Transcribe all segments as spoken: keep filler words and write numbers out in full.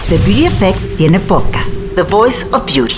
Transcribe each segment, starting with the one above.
The Beauty Effect tiene podcast, The Voice of Beauty.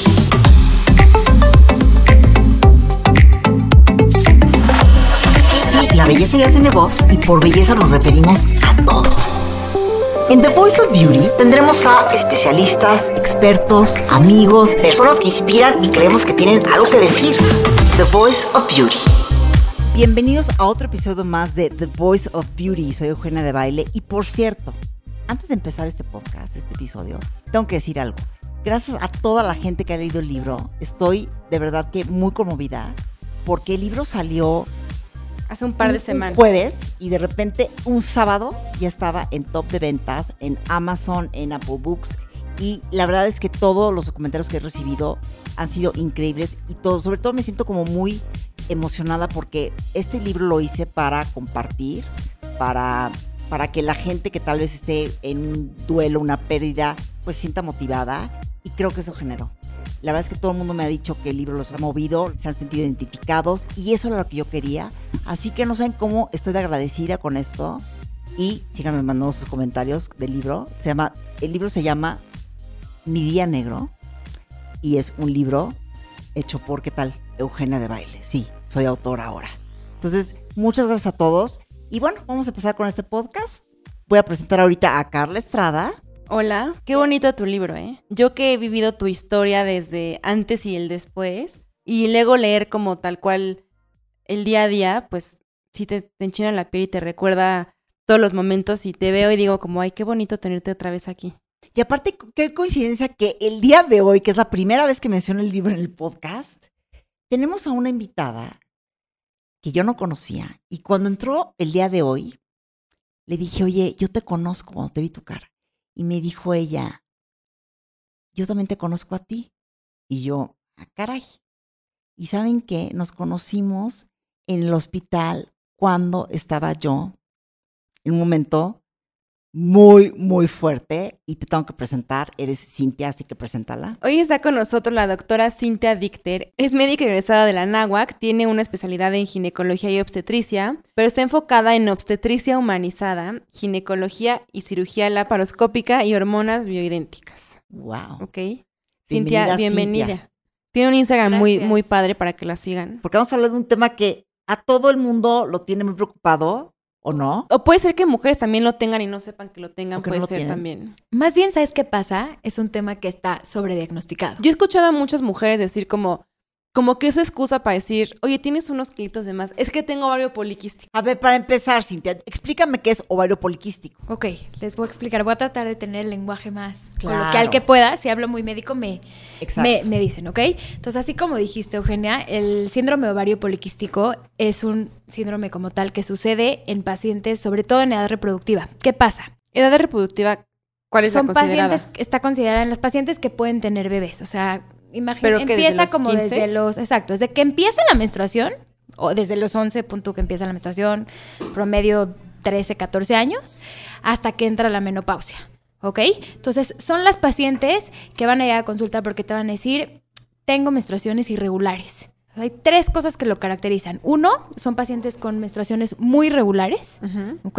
Sí, la belleza ya tiene voz y por belleza nos referimos a todo. En The Voice of Beauty tendremos a especialistas, expertos, amigos, personas que inspiran y creemos que tienen algo que decir. The Voice of Beauty. Bienvenidos a otro episodio más de The Voice of Beauty. Soy Eugenia de Baile y, por cierto, antes de empezar este podcast, este episodio, tengo que decir algo. Gracias a toda la gente que ha leído el libro, estoy de verdad que muy conmovida porque el libro salió hace un par de un, semanas. Un jueves y de repente un sábado ya estaba en top de ventas, en Amazon, en Apple Books, y la verdad es que todos los comentarios que he recibido han sido increíbles y todo, sobre todo me siento como muy emocionada porque este libro lo hice para compartir, para, para que la gente que tal vez esté en un duelo, una pérdida, pues se sienta motivada, y creo que eso generó. La verdad es que todo el mundo me ha dicho que el libro los ha movido, se han sentido identificados y eso era lo que yo quería. Así que no saben cómo estoy de agradecida con esto, y síganme mandando sus comentarios del libro. Se llama, el libro se llama Mi Día Negro y es un libro hecho por, ¿qué tal? Eugenia de Baile. Sí, soy autora ahora. Entonces, muchas gracias a todos. Y bueno, vamos a empezar con este podcast. Voy a presentar ahorita a Carla Estrada. Hola, qué bonito tu libro, ¿eh? Yo que he vivido tu historia desde antes y el después, y luego leer como tal cual el día a día, pues sí te, te enchina la piel y te recuerda todos los momentos, y te veo y digo como, ay, qué bonito tenerte otra vez aquí. Y aparte, qué coincidencia que el día de hoy, que es la primera vez que menciono el libro en el podcast, tenemos a una invitada que yo no conocía, y cuando entró el día de hoy, le dije, oye, yo te conozco cuando te vi tu cara. Y me dijo ella, yo también te conozco a ti. Y yo, ah, caray. ¿Y saben qué? Nos conocimos en el hospital cuando estaba yo en un momento muy, muy fuerte, y te tengo que presentar. Eres Cintia, así que preséntala. Hoy está con nosotros la doctora Cintia Dichter. Es médica egresada de la Anáhuac, tiene una especialidad en ginecología y obstetricia, pero está enfocada en obstetricia humanizada, ginecología y cirugía laparoscópica y hormonas bioidénticas. Wow. Ok. Cintia, bienvenida. bienvenida. Cintia. Tiene un Instagram muy, Gracias. muy padre para que la sigan. Porque vamos a hablar de un tema que a todo el mundo lo tiene muy preocupado, ¿o no? O puede ser que mujeres también lo tengan y no sepan que lo tengan, O que no puede lo ser tienen. también. Más bien, ¿sabes qué pasa? Es un tema que está sobrediagnosticado. Yo he escuchado a muchas mujeres decir como, como que es su excusa para decir, oye, tienes unos kilitos de más, es que tengo ovario poliquístico. A ver, para empezar, Cintia, explícame qué es ovario poliquístico. Ok, les voy a explicar. Voy a tratar de tener el lenguaje más Claro. coloquial que pueda. Si hablo muy médico, me, Exacto. me, me dicen, ¿ok? Entonces, así como dijiste, Eugenia, el síndrome ovario poliquístico es un síndrome como tal que sucede en pacientes, sobre todo en edad reproductiva. ¿Qué pasa? Edad reproductiva, ¿cuál es Son la considerada? pacientes, está considerada en las pacientes que pueden tener bebés. O sea, imagínate, ¿Pero qué, desde empieza los como quince? desde los, exacto, desde que empieza la menstruación, o desde los once, punto que empieza la menstruación, promedio trece, catorce años, hasta que entra la menopausia, ¿ok? Entonces, son las pacientes que van a ir a consultar porque te van a decir, tengo menstruaciones irregulares. Hay tres cosas que lo caracterizan. Uno, son pacientes con menstruaciones muy regulares, Ujú. ¿ok?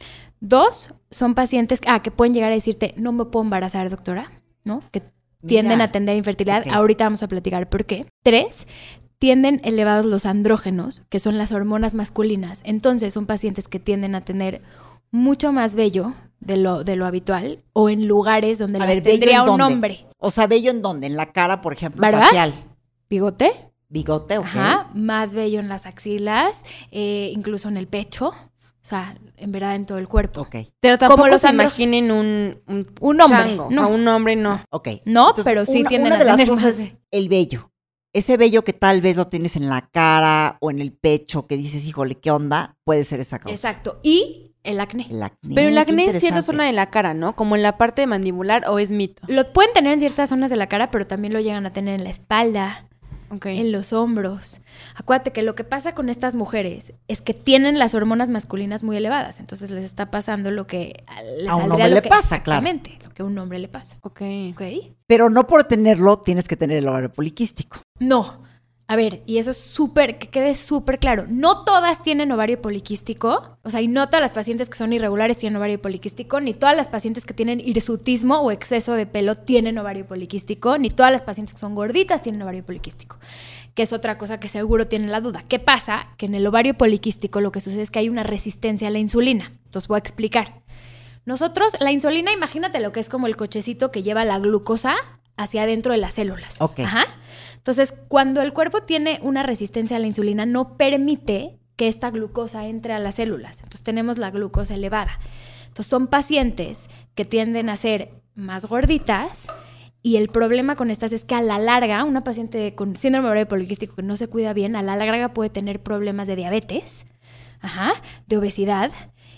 Dos, son pacientes ah, que pueden llegar a decirte, no me puedo embarazar, doctora, ¿no? Que tienden Mira. a tener infertilidad. Ok. Ahorita vamos a platicar por qué. Tres, tienden elevados los andrógenos, que son las hormonas masculinas. Entonces, son pacientes que tienden a tener mucho más vello de lo, de lo habitual, o en lugares donde A las ver, ¿vello tendría en un dónde? hombre. O sea, vello en dónde, en la cara, por ejemplo, ¿Verdad? facial, ¿Bigote? bigote, ok. Ajá, más vello en las axilas, eh, incluso en el pecho, o sea, en verdad en todo el cuerpo. Ok, Pero tampoco Como los se andro- imaginen un, un, Un hombre, chango, o sea, no. un hombre no. ok. No, pero sí una, tienden una a de las tener cosas más es de- el vello. Ese vello que tal vez lo tienes en la cara o en el pecho, que dices, híjole, ¿qué onda? Puede ser esa causa. Exacto. Y el acné. El acné. Pero el qué acné es cierta interesante. zona de la cara, ¿no? Como en la parte mandibular, ¿o es mito? Lo pueden tener en ciertas zonas de la cara, pero también lo llegan a tener en la espalda, Ok. en los hombros. Acuérdate que lo que pasa con estas mujeres es que tienen las hormonas masculinas muy elevadas, entonces les está pasando lo que les A un saldría hombre lo le que- pasa, claro. Exactamente, lo que a un hombre le pasa. Ok. ¿Ok? Pero no por tenerlo tienes que tener el ovario poliquístico. No, A ver, y eso es súper, que quede súper claro. No todas tienen ovario poliquístico, o sea, y no todas las pacientes que son irregulares tienen ovario poliquístico, ni todas las pacientes que tienen hirsutismo o exceso de pelo tienen ovario poliquístico, ni todas las pacientes que son gorditas tienen ovario poliquístico, que es otra cosa que seguro tienen la duda. ¿Qué pasa? Que en el ovario poliquístico lo que sucede es que hay una resistencia a la insulina. Entonces voy a explicar. Nosotros, la insulina, imagínate lo que es como el cochecito que lleva la glucosa hacia adentro de las células. Ok. Ajá. Entonces, cuando el cuerpo tiene una resistencia a la insulina, no permite que esta glucosa entre a las células. Entonces, tenemos la glucosa elevada. Entonces, son pacientes que tienden a ser más gorditas y el problema con estas es que a la larga, una paciente con síndrome ovario poliquístico que no se cuida bien, a la larga puede tener problemas de diabetes, ajá, de obesidad,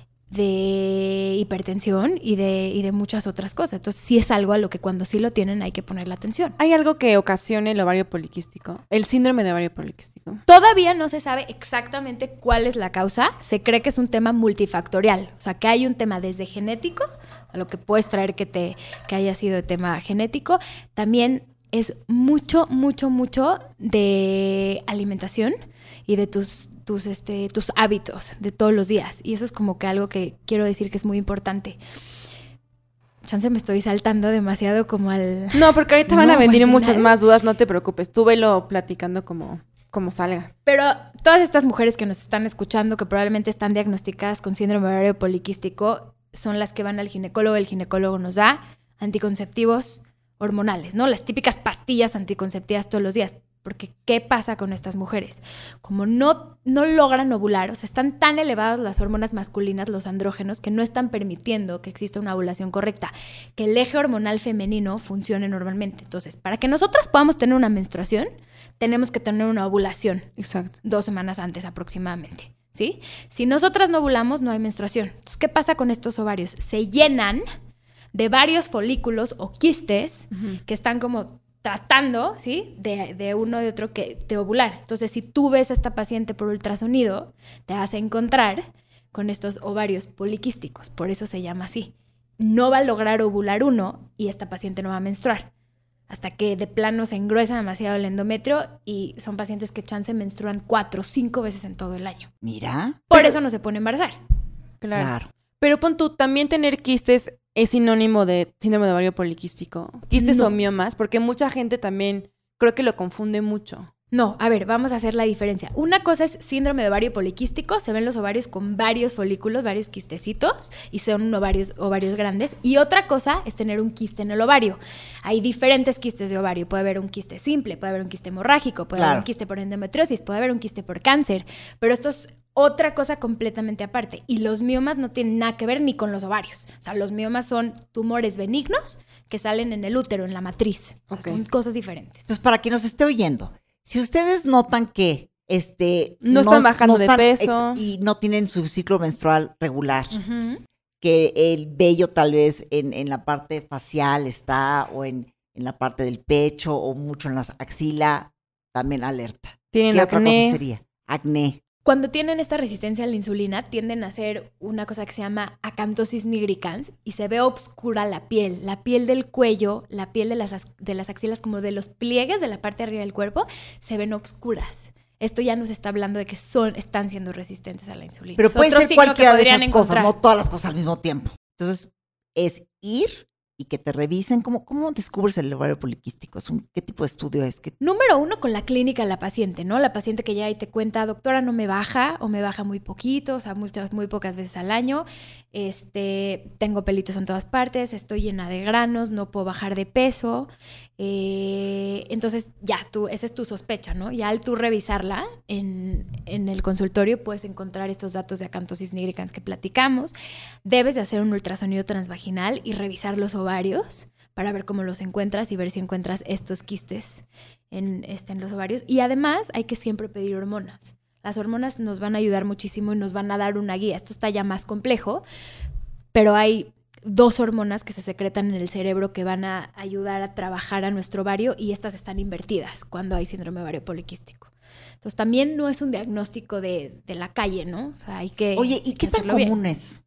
de hipertensión y de, y de muchas otras cosas. Entonces, sí es algo a lo que cuando sí lo tienen hay que ponerle atención. ¿Hay algo que ocasione el ovario poliquístico? El síndrome de ovario poliquístico. Todavía no se sabe exactamente cuál es la causa. Se cree que es un tema multifactorial. O sea, que hay un tema desde genético, a lo que puedes traer que, te, que haya sido de tema genético. También es mucho, mucho, mucho de alimentación y de tus... Tus, este, tus hábitos de todos los días. Y eso es como que algo que quiero decir que es muy importante. Chance me estoy saltando demasiado como al... No, porque ahorita van No, a venir al muchas final. más dudas, no te preocupes. Tú velo platicando como, como salga. Pero todas estas mujeres que nos están escuchando, que probablemente están diagnosticadas con síndrome ovario poliquístico, son las que van al ginecólogo. El ginecólogo nos da anticonceptivos hormonales, ¿no? Las típicas pastillas anticonceptivas todos los días. Porque, ¿qué pasa con estas mujeres? Como no, no logran ovular, o sea, están tan elevadas las hormonas masculinas, los andrógenos, que no están permitiendo que exista una ovulación correcta, que el eje hormonal femenino funcione normalmente. Entonces, para que nosotras podamos tener una menstruación, tenemos que tener una ovulación. Exacto. Dos semanas antes aproximadamente, ¿sí? Si nosotras no ovulamos, no hay menstruación. Entonces, ¿qué pasa con estos ovarios? Se llenan de varios folículos o quistes uh-huh. que están como... tratando, ¿sí? De, de uno de otro que de ovular. Entonces, si tú ves a esta paciente por ultrasonido, te vas a encontrar con estos ovarios poliquísticos. Por eso se llama así. No va a lograr ovular uno y esta paciente no va a menstruar. Hasta que de plano se engruesa demasiado el endometrio y son pacientes que chance menstruan cuatro o cinco veces en todo el año. Mira. Por Pero, eso no se puede embarazar. Claro. Claro. Pero pon tú, también tener quistes es sinónimo de síndrome de ovario poliquístico. Quistes No. o miomas, porque mucha gente también creo que lo confunde mucho. No, a ver, vamos a hacer la diferencia. Una cosa es síndrome de ovario poliquístico, se ven los ovarios con varios folículos, varios quistecitos, y son ovarios, ovarios grandes. Y otra cosa es tener un quiste en el ovario. Hay diferentes quistes de ovario. Puede haber un quiste simple, puede haber un quiste hemorrágico, puede Claro. haber un quiste por endometriosis, puede haber un quiste por cáncer. Pero esto es otra cosa completamente aparte. Y los miomas no tienen nada que ver ni con los ovarios. O sea, los miomas son tumores benignos que salen en el útero, en la matriz. O sea, Ok. son cosas diferentes. Entonces, para quien nos esté oyendo, si ustedes notan que este No están bajando de peso. ex- y no tienen su ciclo menstrual regular, Ujú. que el vello tal vez en, en la parte facial está o en, en la parte del pecho o mucho en las axilas, también alerta. Tienen ¿Qué otra cosa acné. sería? Acné. Cuando tienen esta resistencia a la insulina, tienden a hacer una cosa que se llama acantosis nigricans y se ve oscura la piel. La piel del cuello, la piel de las, as- de las axilas, como de los pliegues de la parte de arriba del cuerpo, se ven oscuras. Esto ya nos está hablando de que son, están siendo resistentes a la insulina. Pero Es puede otro ser signo que cualquiera de podrían esas cosas, encontrar. no todas las cosas al mismo tiempo. Entonces, es ir y que te revisen. ¿Cómo, cómo descubres el ovario poliquístico? ¿Es un, ¿Qué tipo de estudio es? ¿Qué- Número uno, con la clínica de la paciente, ¿no? La paciente que llega y te cuenta, doctora, no me baja o me baja muy poquito, o sea, muchas, muy pocas veces al año. Este, tengo pelitos en todas partes, estoy llena de granos, no puedo bajar de peso. Eh, entonces, ya, tú, esa es tu sospecha, ¿no? Ya al tú revisarla en, en el consultorio puedes encontrar estos datos de acantosis nigricans que platicamos. Debes de hacer un ultrasonido transvaginal y revisar los ovarios para ver cómo los encuentras y ver si encuentras estos quistes en, este, en los ovarios. Y además hay que siempre pedir hormonas. Las hormonas nos van a ayudar muchísimo y nos van a dar una guía. Esto está ya más complejo, pero hay dos hormonas que se secretan en el cerebro que van a ayudar a trabajar a nuestro ovario y estas están invertidas cuando hay síndrome ovario poliquístico. Entonces también no es un diagnóstico de, de la calle, ¿no? O sea, hay que Oye, ¿y qué tan hacerlo bien. común es?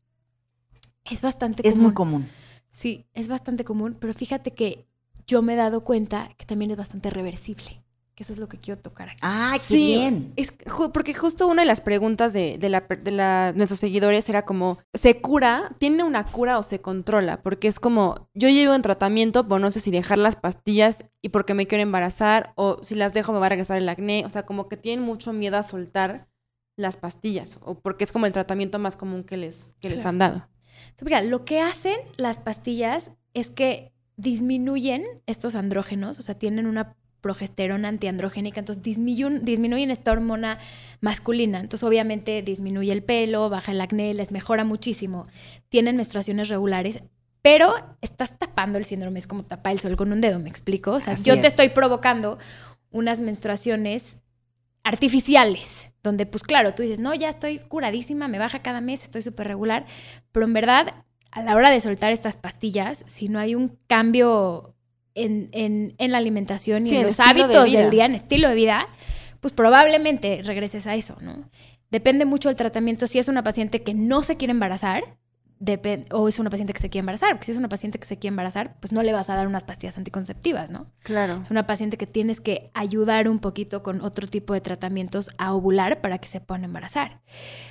Es bastante Es común. muy común. Sí, es bastante común, pero fíjate que yo me he dado cuenta que también es bastante reversible, que eso es lo que quiero tocar aquí. ¡Ah, qué Sí, bien! es ju- porque justo una de las preguntas de, de, la, de la, nuestros seguidores era como, ¿se cura? ¿Tiene una cura o se controla? Porque es como, yo llevo en tratamiento, pero no sé si dejar las pastillas y porque me quiero embarazar, o si las dejo me va a regresar el acné. O sea, como que tienen mucho miedo a soltar las pastillas, o porque es como el tratamiento más común que les, que les Claro. han dado. Sí, mira, lo que hacen las pastillas es que disminuyen estos andrógenos, o sea, tienen una progesterona antiandrogénica, entonces disminuyen, disminuyen esta hormona masculina, entonces obviamente disminuye el pelo, baja el acné, les mejora muchísimo, tienen menstruaciones regulares, pero estás tapando el síndrome, es como tapar el sol con un dedo, ¿me explico? O sea, Así yo es. te estoy provocando unas menstruaciones artificiales, donde pues claro, tú dices, no, ya estoy curadísima, me baja cada mes, estoy súper regular, pero en verdad, a la hora de soltar estas pastillas, si no hay un cambio en, en, en la alimentación y Sí, en en los estilo de hábitos vida. del día, en estilo de vida, pues probablemente regreses a eso, ¿no? Depende mucho del tratamiento. Si es una paciente que no se quiere embarazar, depend- o es una paciente que se quiere embarazar, porque si es una paciente que se quiere embarazar, pues no le vas a dar unas pastillas anticonceptivas, ¿no? Claro. Es una paciente que tienes que ayudar un poquito con otro tipo de tratamientos a ovular para que se puedan embarazar.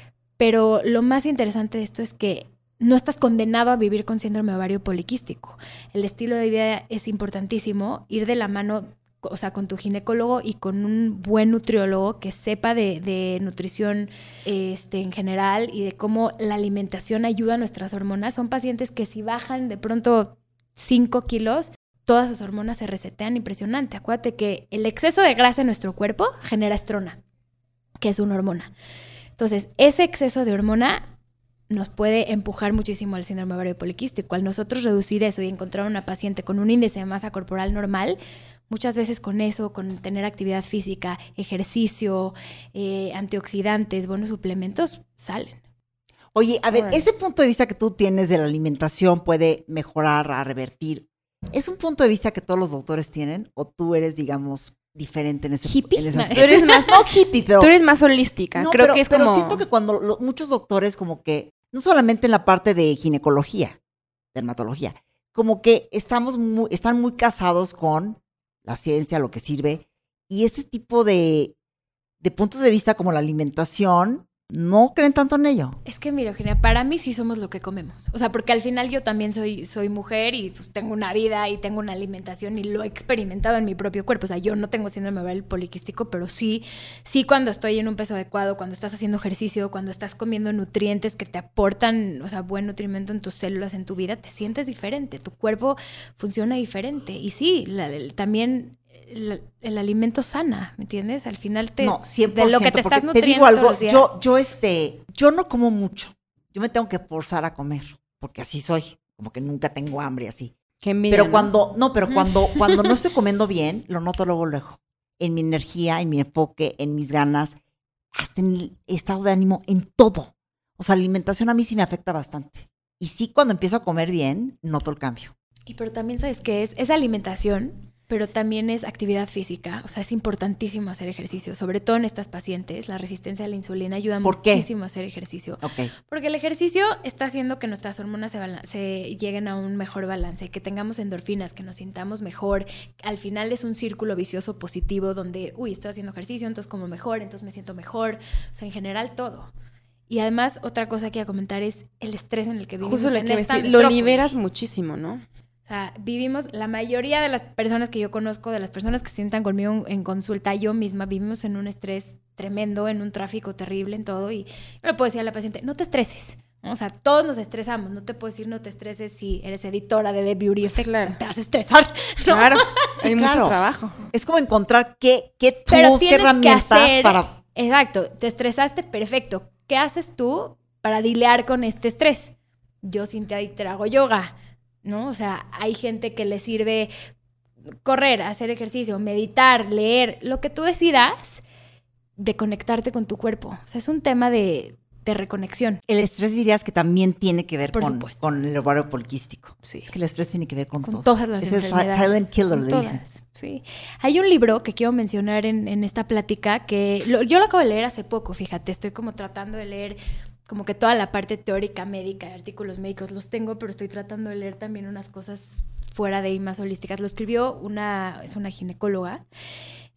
Pero lo más interesante de esto es que no estás condenado a vivir con síndrome ovario poliquístico. El estilo de vida es importantísimo, ir de la mano, o sea, con tu ginecólogo y con un buen nutriólogo que sepa de, de nutrición este, en general y de cómo la alimentación ayuda a nuestras hormonas. Son pacientes que si bajan de pronto cinco kilos, todas sus hormonas se resetean impresionante. Acuérdate que el exceso de grasa en nuestro cuerpo genera estrona, que es una hormona. Entonces, ese exceso de hormona nos puede empujar muchísimo al síndrome ovario poliquístico. Al nosotros reducir eso y encontrar una paciente con un índice de masa corporal normal, muchas veces con eso, con tener actividad física, ejercicio, eh, antioxidantes, buenos suplementos, salen. Oye, a ver, Órale. ese punto de vista que tú tienes de la alimentación puede mejorar, a revertir. ¿Es un punto de vista que todos los doctores tienen? ¿O tú eres, digamos, diferente en ese, ¿Hippie? en ese No. aspecto? Tú eres más, No hippie, pero... tú eres más holística. No, Creo pero, que es pero como... siento que cuando lo- muchos doctores como que, no solamente en la parte de ginecología, dermatología, como que estamos muy, están muy casados con la ciencia, lo que sirve, y este tipo de, de puntos de vista como la alimentación, no creen tanto en ello. Es que, mira, Eugenia, para mí sí somos lo que comemos. O sea, porque al final yo también soy, soy mujer y pues tengo una vida y tengo una alimentación y lo he experimentado en mi propio cuerpo. O sea, yo no tengo síndrome ovario poliquístico, pero sí, sí cuando estoy en un peso adecuado, cuando estás haciendo ejercicio, cuando estás comiendo nutrientes que te aportan, o sea, buen nutrimento en tus células, en tu vida, te sientes diferente. Tu cuerpo funciona diferente. Y sí, la- el- también... El, el alimento sana, ¿me entiendes? Al final te, No, cien por ciento, de lo que te porque estás nutriendo te digo algo, todos los días. yo, yo, este, yo no como mucho. Yo me tengo que forzar a comer, porque así soy, como que nunca tengo hambre así. Qué envidia, Pero ¿no? cuando, no, pero cuando, cuando no estoy comiendo bien, lo noto luego, luego. En mi energía, en mi enfoque, en mis ganas, hasta en el estado de ánimo, en todo. O sea, la alimentación a mí sí me afecta bastante. Y sí, cuando empiezo a comer bien, noto el cambio. Y pero también sabes que es, es alimentación, pero también es actividad física. O sea, es importantísimo hacer ejercicio, sobre todo en estas pacientes. La resistencia a la insulina ayuda ¿Por qué? muchísimo a hacer ejercicio. Ok. Porque el ejercicio está haciendo que nuestras hormonas se, balan- se lleguen a un mejor balance, que tengamos endorfinas, que nos sintamos mejor. Al final es un círculo vicioso positivo donde, uy, estoy haciendo ejercicio, entonces como mejor, entonces me siento mejor. O sea, en general todo. Y además, otra cosa que iba a comentar es el estrés en el que vivimos. Justo lo en que iba a esta decir, lo metrópoli. liberas muchísimo, ¿no? O sea, vivimos, la mayoría de las personas que yo conozco, de las personas que se sientan conmigo en, en consulta, yo misma vivimos en un estrés tremendo, en un tráfico terrible, en todo. Y yo le puedo decir a la paciente, no te estreses, ¿no? O sea, todos nos estresamos. No te puedo decir no te estreses si eres editora de The Beauty Effect. Claro. O sea, te vas a estresar, ¿no? Claro, Sí, hay claro. mucho trabajo. Es como encontrar qué, qué Pero tools, qué tienes que herramientas hacer- para... Exacto, te estresaste, perfecto. ¿Qué haces tú para dilear con este estrés? Yo, Cintia Dicter, hago yoga, ¿no? O sea, hay gente que le sirve correr, hacer ejercicio, meditar, leer, lo que tú decidas de conectarte con tu cuerpo. O sea, es un tema de, de reconexión. El estrés dirías que también tiene que ver Por con, supuesto. con el ovario poliquístico. Sí. Es que el estrés tiene que ver con, Con todo. todas las Es el enfermedades. silent killer, con le todas, dicen. sí. Hay un libro que quiero mencionar en, en esta plática que lo- yo lo acabo de leer hace poco, fíjate, estoy como tratando de leer como que toda la parte teórica médica, de artículos médicos los tengo, pero estoy tratando de leer también unas cosas fuera de ahí más holísticas. Lo escribió una, es una ginecóloga,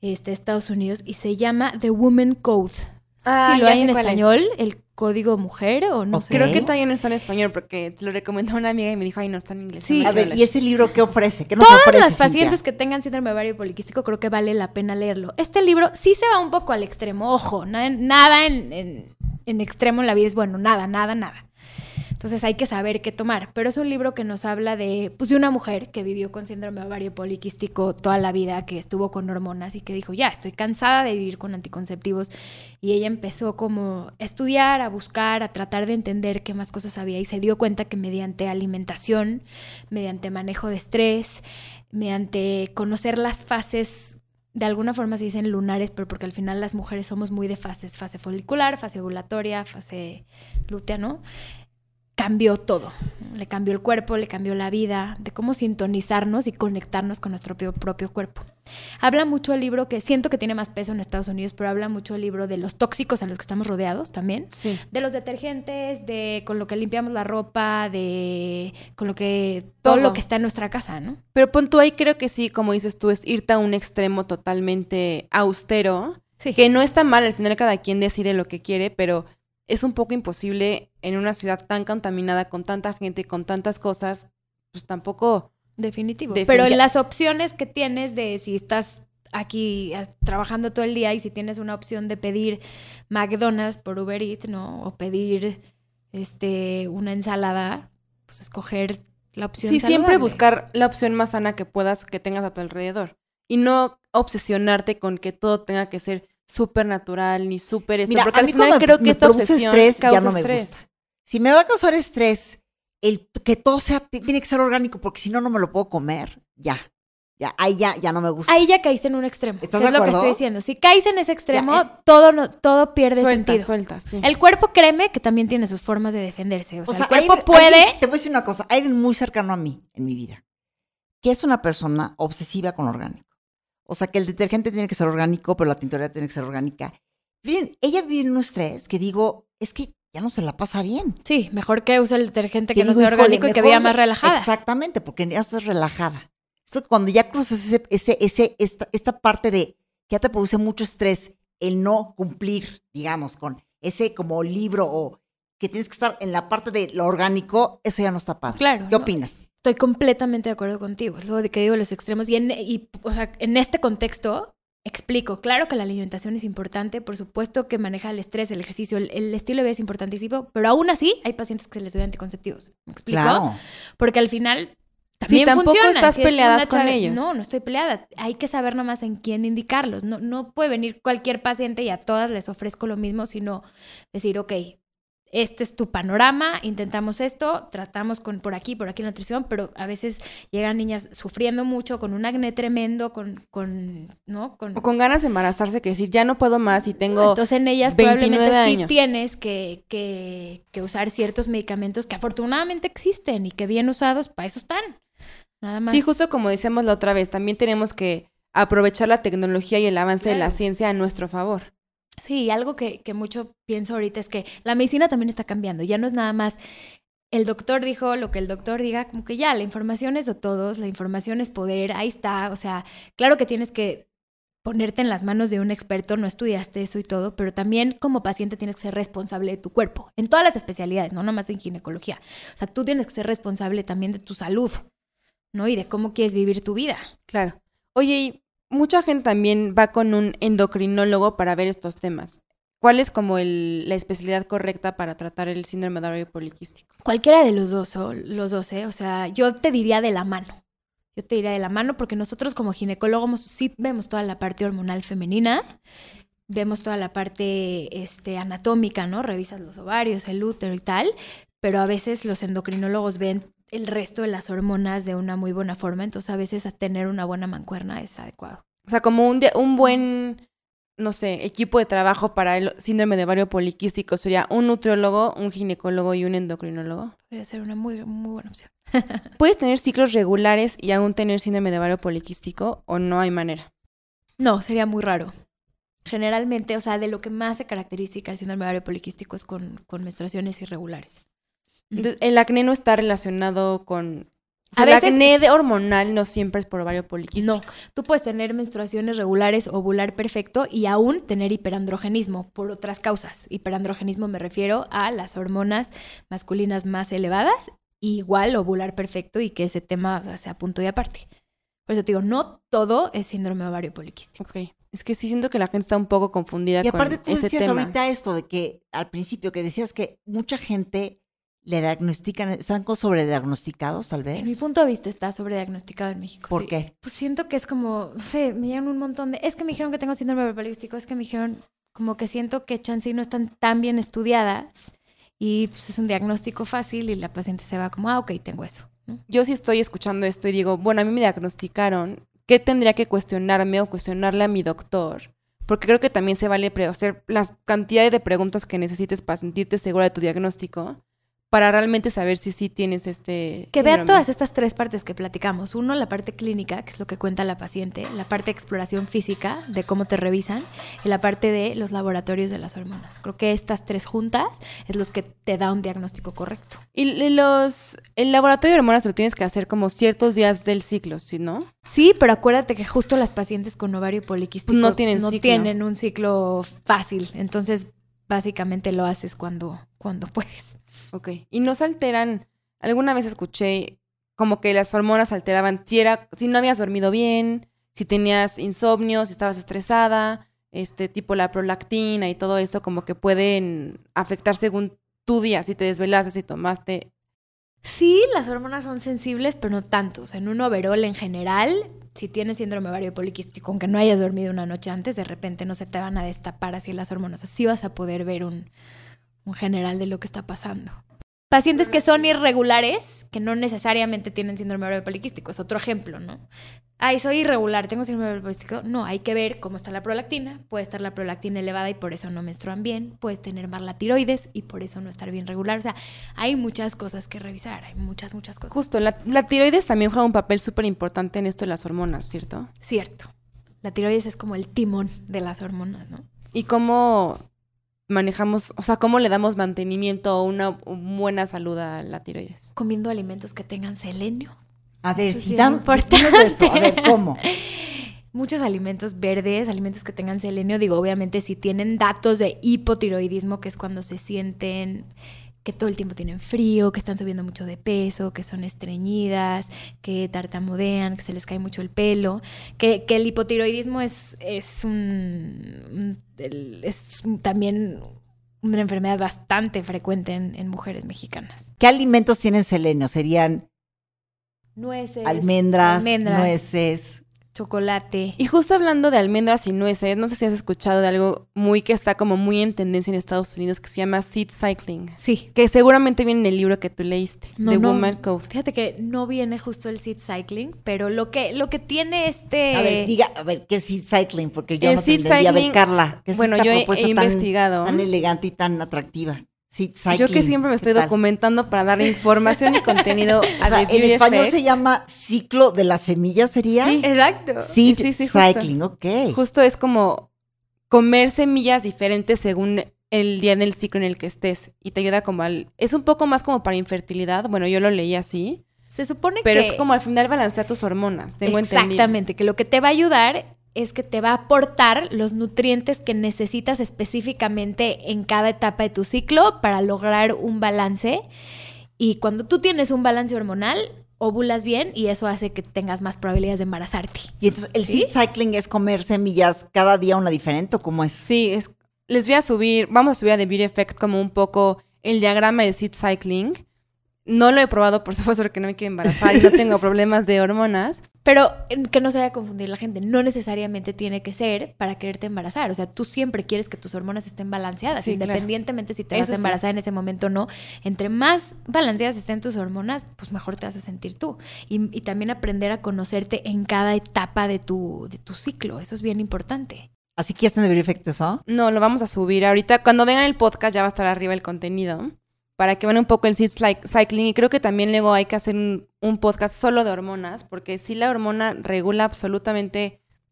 este, Estados Unidos, y se llama The Woman Code. Ah, si lo ya hay sé en cuál español, el código mujer o no Ok. sé. Creo que todavía no está en español porque te lo recomendó una amiga y me dijo, ay, no está en inglés. Sí. no me A quiero ver, leer". ¿y ese libro qué ofrece? ¿Qué nos Todas ofrece, las pacientes Cintia? que tengan síndrome ovario poliquístico creo que vale la pena leerlo. Este libro sí se va un poco al extremo, ojo, na- nada en, en, en extremo en la vida es bueno, nada, nada, nada. Entonces hay que saber qué tomar, pero es un libro que nos habla de, pues, de una mujer que vivió con síndrome ovario poliquístico toda la vida, que estuvo con hormonas y que dijo, ya, estoy cansada de vivir con anticonceptivos, y ella empezó como a estudiar, a buscar, a tratar de entender qué más cosas había, y se dio cuenta que mediante alimentación, mediante manejo de estrés, mediante conocer las fases, de alguna forma se dicen lunares, pero porque al final las mujeres somos muy de fases, fase folicular, fase ovulatoria, fase lútea, ¿no? Cambió todo, le cambió el cuerpo, le cambió la vida, de cómo sintonizarnos y conectarnos con nuestro propio, propio cuerpo. Habla mucho el libro, que siento que tiene más peso en Estados Unidos, pero habla mucho el libro de los tóxicos a los que estamos rodeados también, Sí. de los detergentes, de con lo que limpiamos la ropa, de con lo que todo, Todo. lo que está en nuestra casa, ¿no? Pero pon tú ahí, creo que sí, como dices tú, es irte a un extremo totalmente austero, Sí. que no está mal, al final cada quien decide lo que quiere, pero es un poco imposible en una ciudad tan contaminada, con tanta gente, con tantas cosas, pues tampoco... Definitivo. Defini- Pero las opciones que tienes de si estás aquí as- trabajando todo el día y si tienes una opción de pedir McDonald's por Uber Eats, ¿no? O pedir este una ensalada, pues escoger la opción Sí, siempre saludable. buscar la opción más sana que puedas, que tengas a tu alrededor. Y no obsesionarte con que todo tenga que ser súper natural ni súper esto. Mira, porque a al mí final cuando creo que me esta produce obsesión estrés, ya causa no me estrés. gusta. Si me va a causar estrés, el que todo sea, t- tiene que ser orgánico, porque si no, no me lo puedo comer, ya. Ya, ahí ya, ya no me gusta. Ahí ya caíste en un extremo. ¿Estás que de es lo que acuerdo? estoy diciendo. Si caes en ese extremo, Ya, eh. todo, no, todo pierde Suelta, sentido. suelta, sí. El cuerpo, créeme, que también tiene sus formas de defenderse. O sea, O sea, el cuerpo alguien- puede... alguien- te voy a decir una cosa, hay alguien muy cercano a mí en mi vida, que es una persona obsesiva con lo orgánico. O sea, que el detergente tiene que ser orgánico, pero la tintorería tiene que ser orgánica. Bien, ella vive en un estrés que digo, es que ya no se la pasa bien. Sí, mejor que use el detergente que, Que no digo, sea híjole, orgánico y que mejor viva se- más relajada. Exactamente, porque ya estás relajada. Esto cuando ya cruzas ese, ese, ese, esta, esta parte de que ya te produce mucho estrés el no cumplir, digamos, con ese como libro o que tienes que estar en la parte de lo orgánico, eso ya no está padre. Claro, ¿Qué no. opinas? Estoy completamente de acuerdo contigo. Es lo de que digo los extremos. Y, en, y o sea, en este contexto, explico. Claro que la alimentación es importante. Por supuesto que maneja el estrés, el ejercicio, el, el estilo de vida es importantísimo. Pero aún así, hay pacientes que se les doy anticonceptivos. ¿Me explico? Claro. Porque al final también tampoco funciona. estás es peleadas una con chava- ellos. No, no estoy peleada. Hay que saber nomás en quién indicarlos. No, no puede venir cualquier paciente y a todas les ofrezco lo mismo, sino decir, ok, este es tu panorama, intentamos esto, tratamos con por aquí, por aquí la nutrición, pero a veces llegan niñas sufriendo mucho, con un acné tremendo, con, con ¿no? Con, O con ganas de embarazarse, que decir, ya no puedo más y tengo entonces en ellas veintinueve probablemente sí años. tienes que, que, que usar ciertos medicamentos que afortunadamente existen y que bien usados, para eso están. Nada más. Sí, justo como decíamos la otra vez, también tenemos que aprovechar la tecnología y el avance de la Claro. ciencia a nuestro favor. Sí, algo que, que mucho pienso ahorita es que la medicina también está cambiando. Ya no es nada más el doctor dijo lo que el doctor diga, como que ya, la información es de todos, la información es poder, ahí está. O sea, claro que tienes que ponerte en las manos de un experto, no estudiaste eso y todo, pero también como paciente tienes que ser responsable de tu cuerpo, en todas las especialidades, no nomás en ginecología. O sea, tú tienes que ser responsable también de tu salud, ¿no? Y de cómo quieres vivir tu vida. Claro. Oye, y mucha gente también va con un endocrinólogo para ver estos temas. ¿Cuál es como el, la especialidad correcta para tratar el síndrome de ovario poliquístico? Cualquiera de los dos, o los dos, ¿eh? O sea, yo te diría de la mano. Yo te diría de la mano porque nosotros como ginecólogos sí vemos toda la parte hormonal femenina, vemos toda la parte este, anatómica, ¿no? Revisas los ovarios, el útero y tal, pero a veces los endocrinólogos ven el resto de las hormonas de una muy buena forma, entonces a veces tener una buena mancuerna es adecuado. O sea, como un, de- un buen, no sé, equipo de trabajo para el síndrome de ovario poliquístico sería un nutriólogo, un ginecólogo y un endocrinólogo. Podría ser una muy, muy buena opción. ¿Puedes tener ciclos regulares y aún tener síndrome de ovario poliquístico o no hay manera? No, sería muy raro. Generalmente, o sea, de lo que más se caracteriza el síndrome de ovario poliquístico es con, con menstruaciones irregulares. Entonces, el acné no está relacionado con O sea, A veces- el acné de hormonal no siempre es por ovario poliquístico. No, tú puedes tener menstruaciones regulares, ovular perfecto y aún tener hiperandrogenismo por otras causas. Hiperandrogenismo me refiero a las hormonas masculinas más elevadas, igual ovular perfecto y que ese tema, o sea, sea punto y aparte. Por eso te digo, no todo es síndrome ovario poliquístico. Ok. Es que sí siento que la gente está un poco confundida Y aparte con tú ese decías tema. ahorita esto de que al principio que decías que mucha gente le diagnostican, están con sobrediagnosticados tal vez. En mi punto de vista está sobrediagnosticado en México. ¿Por sí. qué? Pues siento que es como, no sé, me llegan un montón de... Es que me dijeron que tengo síndrome ovario poliquístico, es que me dijeron como que siento que chance y no están tan bien estudiadas y pues es un diagnóstico fácil y la paciente se va como, ah, ok, tengo eso. ¿no? Yo sí estoy escuchando esto y digo, bueno, a mí me diagnosticaron, ¿qué tendría que cuestionarme o cuestionarle a mi doctor? Porque creo que también se vale pre- hacer las cantidades de preguntas que necesites para sentirte segura de tu diagnóstico, para realmente saber si sí tienes este Que vea síndrome. todas estas tres partes que platicamos. Uno, la parte clínica, que es lo que cuenta la paciente, la parte de exploración física, de cómo te revisan, y la parte de los laboratorios de las hormonas. Creo que estas tres juntas es los que te da un diagnóstico correcto. Y l- los el laboratorio de hormonas lo tienes que hacer como ciertos días del ciclo, ¿sí, no? Sí, pero acuérdate que justo las pacientes con ovario poliquístico No tienen no ciclo. tienen un ciclo fácil. Entonces, básicamente lo haces cuando, cuando puedes. Ok. Y no se alteran. Alguna vez escuché como que las hormonas se alteraban si era, si no habías dormido bien, si tenías insomnio, si estabas estresada, este tipo la prolactina y todo esto como que pueden afectar según tu día, si te desvelaste, si tomaste. Sí, las hormonas son sensibles, pero no tantos. En un overall en general, si tienes síndrome ovario poliquístico, aunque no hayas dormido una noche antes, de repente no se te van a destapar así las hormonas. Así vas a poder ver un, un general de lo que está pasando. Pacientes que son irregulares, que no necesariamente tienen síndrome ovario poliquístico, es otro ejemplo, ¿no? Ay, soy irregular, tengo síndrome ovario poliquístico. No, hay que ver cómo está la prolactina. Puede estar la prolactina elevada y por eso no menstruan bien. Puedes tener mal la tiroides y por eso no estar bien regular. O sea, hay muchas cosas que revisar, hay muchas, muchas cosas. Justo, la, la tiroides también juega un papel súper importante en esto de las hormonas, ¿cierto? Cierto. La tiroides es como el timón de las hormonas, ¿no? ¿Y cómo manejamos, o sea, cómo le damos mantenimiento o una buena salud a la tiroides? Comiendo alimentos que tengan selenio. A ver, Eso si sí es dan importante. dinos eso, a ver, ¿cómo? Muchos alimentos verdes, alimentos que tengan selenio. Digo, obviamente, si tienen datos de hipotiroidismo, que es cuando se sienten que todo el tiempo tienen frío, que están subiendo mucho de peso, que son estreñidas, que tartamudean, que se les cae mucho el pelo, que, que el hipotiroidismo es, es, un, un- el- es un- también una enfermedad bastante frecuente en, en mujeres mexicanas. ¿Qué alimentos tienen selenio? Serían Nueces, almendras, almendras, nueces. chocolate. Y justo hablando de almendras y nueces, no sé si has escuchado de algo muy que está como muy en tendencia en Estados Unidos que se llama seed cycling, Sí. que seguramente viene en el libro que tú leíste, No, The no. Woman Code. Fíjate que no viene justo el seed cycling, pero lo que, lo que tiene este... A ver, diga, a ver, ¿qué es seed cycling? Porque yo El no te seed entendí. A ver, cycling, Carla, ¿qué es bueno, esta yo he- propuesta he tan- investigado. Tan, elegante y tan atractiva? Seed cycling. Yo que siempre me estoy ¿qué tal? documentando para dar información y contenido O a sea, The en Beauty español Effect. se llama ciclo de la semilla, ¿sería? Sí. Exacto. Seed Sí, sí, justo. cycling, ok. Justo es como comer semillas diferentes según el día del ciclo en el que estés y te ayuda como al... Es un poco más como para infertilidad, bueno, yo lo leí así, Se supone pero que... es como al final balancear tus hormonas, tengo entendido. Exactamente, que lo que te va a ayudar es que te va a aportar los nutrientes que necesitas específicamente en cada etapa de tu ciclo para lograr un balance. Y cuando tú tienes un balance hormonal, ovulas bien y eso hace que tengas más probabilidades de embarazarte. Y entonces, ¿el ¿Sí? seed cycling es comer semillas cada día una diferente o cómo es? Sí, es, les voy a subir, vamos a subir a The Beauty Effect como un poco el diagrama del seed cycling. No lo he probado, por supuesto, porque no me quiero embarazar y no tengo problemas de hormonas. Pero eh, que no se vaya a confundir la gente, no necesariamente tiene que ser para quererte embarazar. O sea, tú siempre quieres que tus hormonas estén balanceadas, Sí, claro. independientemente si te Eso vas a sí. embarazar en ese momento o no. Entre más balanceadas estén tus hormonas, pues mejor te vas a sentir tú. Y, y también aprender a conocerte en cada etapa de tu, de tu ciclo. Eso es bien importante. Así que ya están de ver efectos, ¿no? No, lo vamos a subir. Ahorita, cuando vean el podcast, ya va a estar arriba el contenido para que vean un poco el seed cy- cycling. Y creo que también luego hay que hacer un, un podcast solo de hormonas, porque sí la hormona regula absolutamente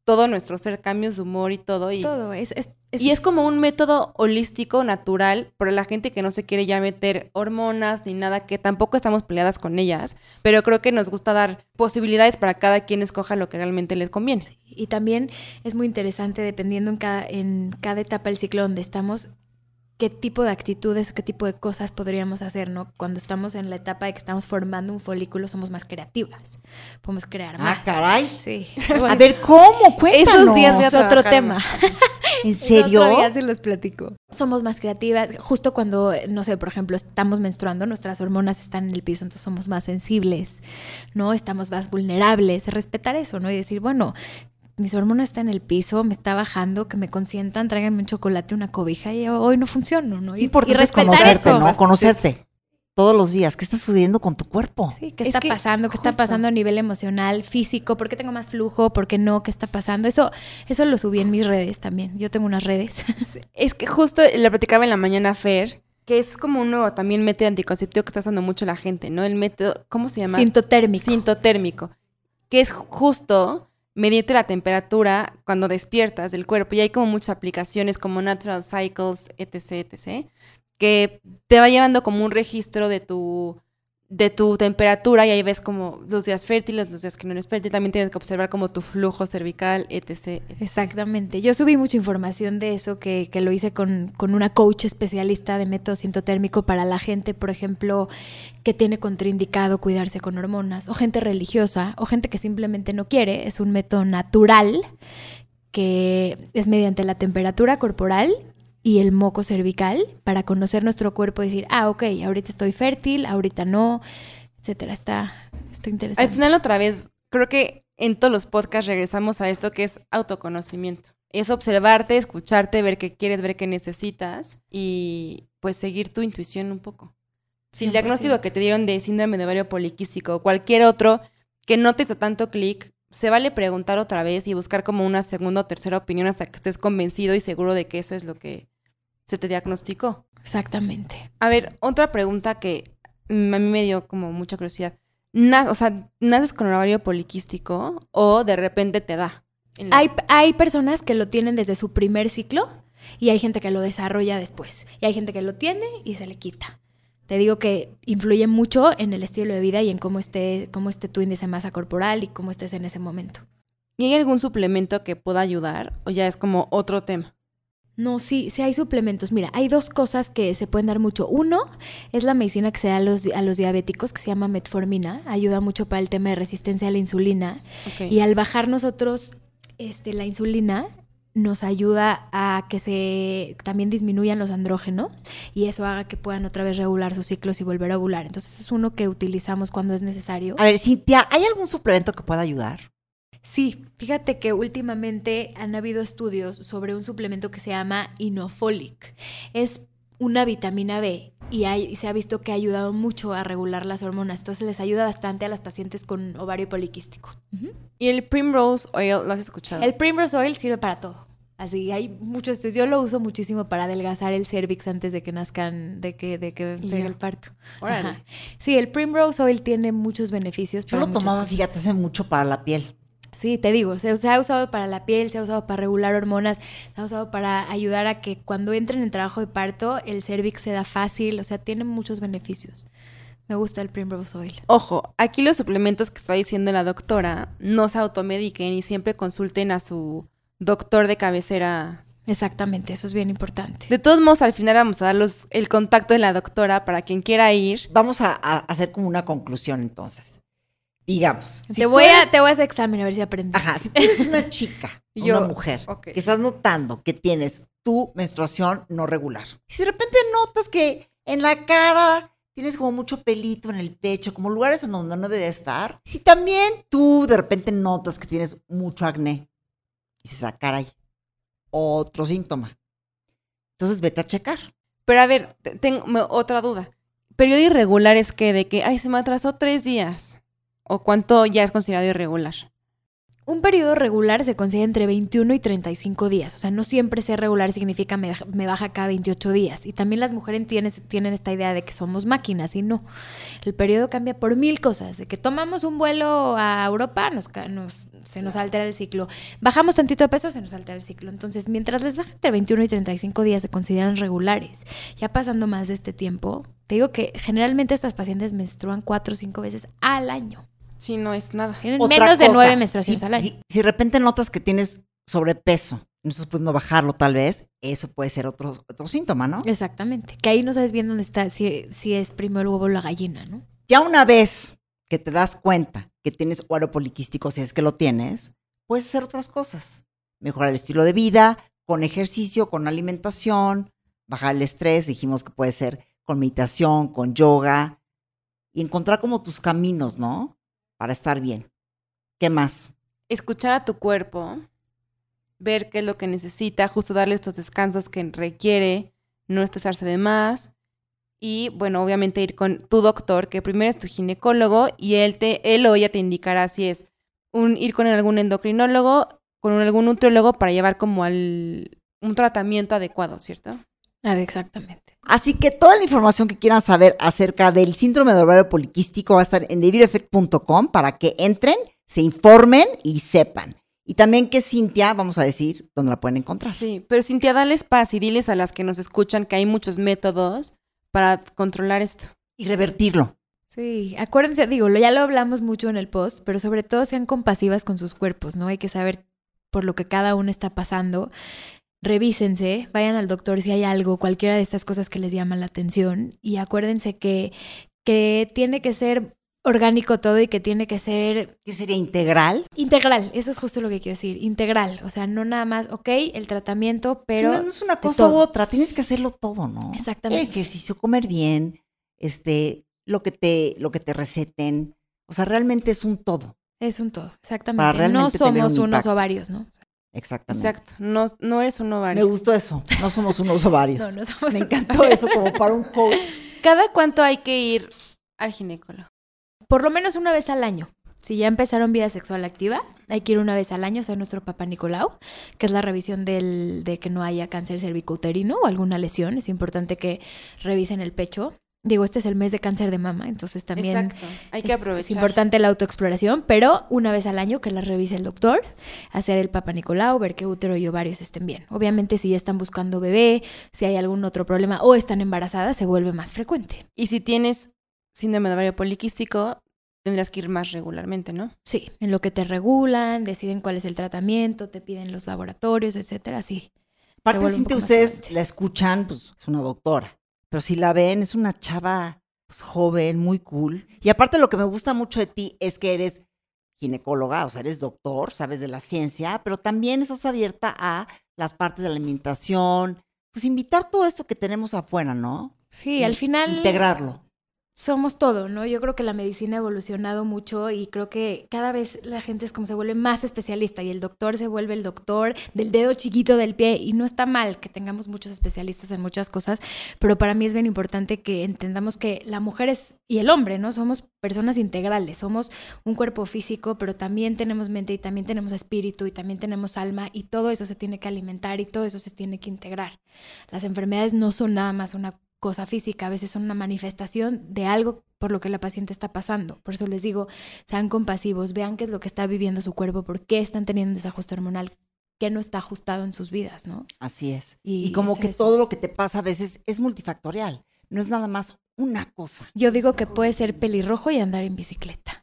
todo nuestro ser, cambios de humor y todo. Y, Todo, es... es, es y es como un método holístico, natural, para la gente que no se quiere ya meter hormonas ni nada, que tampoco estamos peleadas con ellas, pero creo que nos gusta dar posibilidades para cada quien escoja lo que realmente les conviene. Y también es muy interesante, dependiendo en cada, en cada etapa del ciclo donde estamos, qué tipo de actitudes, qué tipo de cosas podríamos hacer, ¿no? Cuando estamos en la etapa de que estamos formando un folículo, somos más creativas. Podemos crear más. Ah, caray. Sí. A ver, ¿cómo? Cuéntanos. Esos días voy a Es otro trabajar tema. más. ¿En serio? Otro día se los platico. Somos más creativas. Justo cuando, no sé, por ejemplo, estamos menstruando, nuestras hormonas están en el piso, entonces somos más sensibles, ¿no? Estamos más vulnerables. Respetar eso, ¿no? Y decir, bueno, mis hormonas están en el piso, me está bajando, que me consientan, tráiganme un chocolate, una cobija, y hoy no funciono, ¿no? Qué Y, importante y es respetar conocerte, eso. ¿no? Conocerte todos los días. ¿Qué está sucediendo con tu cuerpo? Sí, ¿qué Es está que pasando? ¿Qué justo. está pasando a nivel emocional, físico? ¿Por qué tengo más flujo? ¿Por qué no? ¿Qué está pasando? Eso, eso lo subí en mis redes también. Yo tengo unas redes. Es que justo le platicaba en la mañana a Fer, que es como un nuevo también método anticonceptivo que está usando mucho la gente, ¿no? El método, ¿cómo se llama? Sintotérmico. Sintotérmico, que es justo medirte la temperatura cuando despiertas del cuerpo. Y hay como muchas aplicaciones como Natural Cycles, etc, etc, que te va llevando como un registro de tu, de tu temperatura y ahí ves como los días fértiles, los días que no eres fértil. También tienes que observar como tu flujo cervical, etc, etcétera. Exactamente. Yo subí mucha información de eso que, que lo hice con, con una coach especialista de método sintotérmico para la gente, por ejemplo, que tiene contraindicado cuidarse con hormonas, o gente religiosa, o gente que simplemente no quiere. Es un método natural que es mediante la temperatura corporal y el moco cervical para conocer nuestro cuerpo y decir, ah, ok, ahorita estoy fértil, ahorita no, etcétera. Está, está interesante. Al final, otra vez, creo que en todos los podcasts regresamos a esto que es autoconocimiento. Es observarte, escucharte, ver qué quieres, ver qué necesitas y pues seguir tu intuición un poco. Si el cien por diagnóstico ciento. que te dieron de síndrome de ovario poliquístico o cualquier otro que no te hizo tanto clic, se vale preguntar otra vez y buscar como una segunda o tercera opinión hasta que estés convencido y seguro de que eso es lo que se te diagnosticó. Exactamente. A ver, otra pregunta que mm, a mí me dio como mucha curiosidad. Na- o sea, ¿naces con ovario poliquístico o de repente te da? En la- Hay, hay personas que lo tienen desde su primer ciclo y hay gente que lo desarrolla después. Y hay gente que lo tiene y se le quita. Te digo que influye mucho en el estilo de vida y en cómo esté, cómo esté tu índice de masa corporal y cómo estés en ese momento. ¿Y hay algún suplemento que pueda ayudar o ya es como otro tema? No, sí, sí hay suplementos. Mira, hay dos cosas que se pueden dar mucho. Uno es la medicina que se da a los, a los diabéticos, que se llama metformina. Ayuda mucho para el tema de resistencia a la insulina. Ok. Y al bajar nosotros este, la insulina, nos ayuda a que se también disminuyan los andrógenos y eso haga que puedan otra vez regular sus ciclos y volver a ovular. Entonces es uno que utilizamos cuando es necesario. A ver, Cintia, ¿hay algún suplemento que pueda ayudar? Sí, fíjate que últimamente han habido estudios sobre un suplemento que se llama Inofolic. Es una vitamina B y, hay, y se ha visto que ha ayudado mucho a regular las hormonas. Entonces les ayuda bastante a las pacientes con ovario poliquístico. Uh-huh. ¿Y el Primrose Oil lo has escuchado? El Primrose Oil sirve para todo. Así hay muchos estudios. Yo lo uso muchísimo para adelgazar el cervix antes de que nazcan, de que, de que se haga el parto. Órale. Ajá. Sí, el Primrose Oil tiene muchos beneficios. Yo para lo muchas tomaba, cosas. fíjate, hace mucho para la piel. Sí, te digo, se, se ha usado para la piel, se ha usado para regular hormonas, se ha usado para ayudar a que cuando entren en trabajo de parto el cervix se da fácil, o sea, tiene muchos beneficios. Me gusta el Primrose Oil. Ojo, aquí los suplementos que está diciendo la doctora no se automediquen y siempre consulten a su doctor de cabecera. Exactamente, eso es bien importante. De todos modos, al final vamos a dar los, el contacto de la doctora para quien quiera ir. Vamos a, a hacer como una conclusión entonces. Digamos. si te, tú voy eres- a, te voy a hacer examen a ver si aprendes. Ajá, si tú eres una chica, Yo- una mujer, ok. que estás notando que tienes tu menstruación no regular. Y si de repente notas que en la cara tienes como mucho pelito en el pecho, como lugares en donde no debe de estar. Si también tú de repente notas que tienes mucho acné, y dices, ah, caray, otro síntoma. Entonces vete a checar. Pero a ver, te- tengo me- otra duda. ¿Periodo irregular es que de que, ay, se me atrasó tres días? ¿O cuánto ya es considerado irregular? Un periodo regular se considera entre veintiuno y treinta y cinco días. O sea, no siempre ser regular significa me, me baja cada veintiocho días. Y también las mujeres tienen, tienen esta idea de que somos máquinas y no. El periodo cambia por mil cosas. De que tomamos un vuelo a Europa, nos, nos, se nos altera el ciclo. Bajamos tantito de peso, se nos altera el ciclo. Entonces, mientras les baja entre veintiuno y treinta y cinco días, se consideran regulares. Ya pasando más de este tiempo, te digo que generalmente estas pacientes menstruan cuatro o cinco veces al año. Sí, no es nada. Tienen Otra menos cosa, de nueve menstruaciones si, al año. Si, si de repente notas que tienes sobrepeso, entonces pues no bajarlo tal vez, eso puede ser otro, otro síntoma, ¿no? Exactamente. Que ahí no sabes bien dónde está, si, si es primero el huevo o la gallina, ¿no? Ya una vez que te das cuenta que tienes ovario poliquístico, si es que lo tienes, puedes hacer otras cosas. Mejorar el estilo de vida, con ejercicio, con alimentación, bajar el estrés, dijimos que puede ser con meditación, con yoga, y encontrar como tus caminos, ¿no? Para estar bien. ¿Qué más? Escuchar a tu cuerpo, ver qué es lo que necesita, justo darle estos descansos que requiere, no estresarse de más. Y, bueno, obviamente ir con tu doctor, que primero es tu ginecólogo, y él, te, él o ella te indicará si es un, ir con algún endocrinólogo, con algún nutriólogo para llevar como al, un tratamiento adecuado, ¿cierto? Ah, exactamente. Así que toda la información que quieran saber acerca del síndrome del ovario poliquístico va a estar en the beauty effect punto com para que entren, se informen y sepan. Y también que Cintia, vamos a decir, dónde la pueden encontrar. Sí, pero Cintia, dales paz y diles a las que nos escuchan que hay muchos métodos para controlar esto. Y revertirlo. Sí, acuérdense, digo, ya lo hablamos mucho en el post, pero sobre todo sean compasivas con sus cuerpos, ¿no? Hay que saber por lo que cada uno está pasando. Revísense, vayan al doctor si hay algo, cualquiera de estas cosas que les llama la atención, y acuérdense que, que tiene que ser orgánico todo y que tiene que ser... ¿Qué sería integral? Integral, eso es justo lo que quiero decir, integral, o sea, no nada más, ok, el tratamiento, pero... Si no, no es una cosa u otra, tienes que hacerlo todo, ¿no? Exactamente. El ejercicio, comer bien, este, lo que te, lo que te receten, o sea, realmente es un todo. Es un todo, exactamente. No somos un unos ovarios, ¿no? Exactamente. Exacto, no, no eres un ovario. Me gustó eso, no somos unos ovarios. No, no somos Me encantó eso como para un coach. ¿Cada cuánto hay que ir al ginecólogo? Por lo menos una vez al año. Si ya empezaron vida sexual activa, hay que ir una vez al año a hacer nuestro Papá Nicolau, que es la revisión del, de que no haya cáncer cervicouterino o alguna lesión. Es importante que revisen el pecho. Digo, este es el mes de cáncer de mama, entonces también Exacto. Hay que es, aprovechar. Es importante la autoexploración, pero una vez al año que la revise el doctor, hacer el Papá Nicolau, ver que útero y ovarios estén bien. Obviamente si ya están buscando bebé, si hay algún otro problema o están embarazadas, se vuelve más frecuente. Y si tienes síndrome de ovario poliquístico, tendrás que ir más regularmente, ¿no? Sí, en lo que te regulan, deciden cuál es el tratamiento, te piden los laboratorios, etcétera, sí. Aparte, si ustedes la escuchan, pues es una doctora. Pero si la ven, es una chava pues, joven, muy cool. Y aparte lo que me gusta mucho de ti es que eres ginecóloga, o sea, eres doctor, sabes de la ciencia, pero también estás abierta a las partes de la alimentación, pues invitar todo esto que tenemos afuera, ¿no? Sí, y, al final... integrarlo. Somos todo, ¿no? Yo creo que la medicina ha evolucionado mucho y creo que cada vez la gente es como se vuelve más especialista y el doctor se vuelve el doctor del dedo chiquito del pie y no está mal que tengamos muchos especialistas en muchas cosas, pero para mí es bien importante que entendamos que la mujer es, y el hombre, ¿no? Somos personas integrales, somos un cuerpo físico, pero también tenemos mente y también tenemos espíritu y también tenemos alma y todo eso se tiene que alimentar y todo eso se tiene que integrar. Las enfermedades no son nada más una cosa física, a veces son una manifestación de algo por lo que la paciente está pasando. Por eso les digo, sean compasivos, vean qué es lo que está viviendo su cuerpo, por qué están teniendo un desajuste hormonal, qué no está ajustado en sus vidas, ¿no? Así es. Y, y como es que eso. todo lo que te pasa a veces es multifactorial, no es nada más una cosa. Yo digo que puede ser pelirrojo y andar en bicicleta.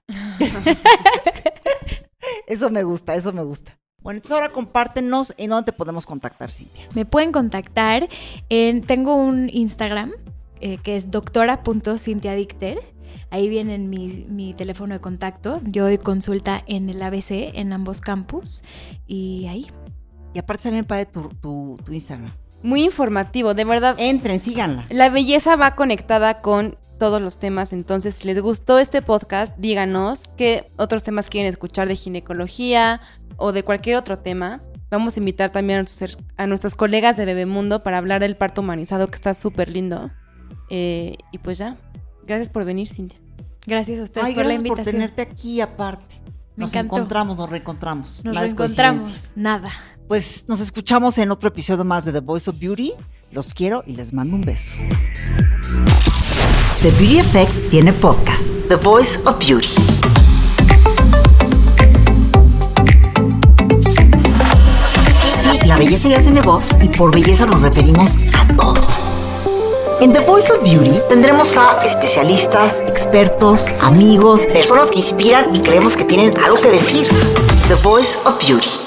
Eso me gusta, eso me gusta. Bueno, entonces ahora compártenos en dónde te podemos contactar, Cintia. Me pueden contactar en, tengo un Instagram eh, que es doctora punto cintia dicter. Ahí viene mi, mi teléfono de contacto. Yo doy consulta en el A B C, en ambos campus. Y ahí. Y aparte también para tu, tu, tu Instagram. Muy informativo, de verdad. Entren, síganla. La belleza va conectada con todos los temas, entonces si les gustó este podcast, díganos qué otros temas quieren escuchar de ginecología o de cualquier otro tema. Vamos a invitar también a nuestros, a nuestros colegas de Bebemundo para hablar del parto humanizado, que está súper lindo. Eh, y pues ya, gracias por venir, Cintia. Gracias a ustedes Ay, por la gracias invitación. por tenerte aquí aparte. Me nos encantó. encontramos, nos reencontramos. Nos Nada es reencontramos. coincidencia. Nada. Pues nos escuchamos en otro episodio más de The Voice of Beauty. Los quiero y les mando un beso. The Beauty Effect tiene podcast, The Voice of Beauty. Sí, la belleza ya tiene voz y por belleza nos referimos a todo. En The Voice of Beauty tendremos a especialistas, expertos, amigos, personas que inspiran y creemos que tienen algo que decir. The Voice of Beauty.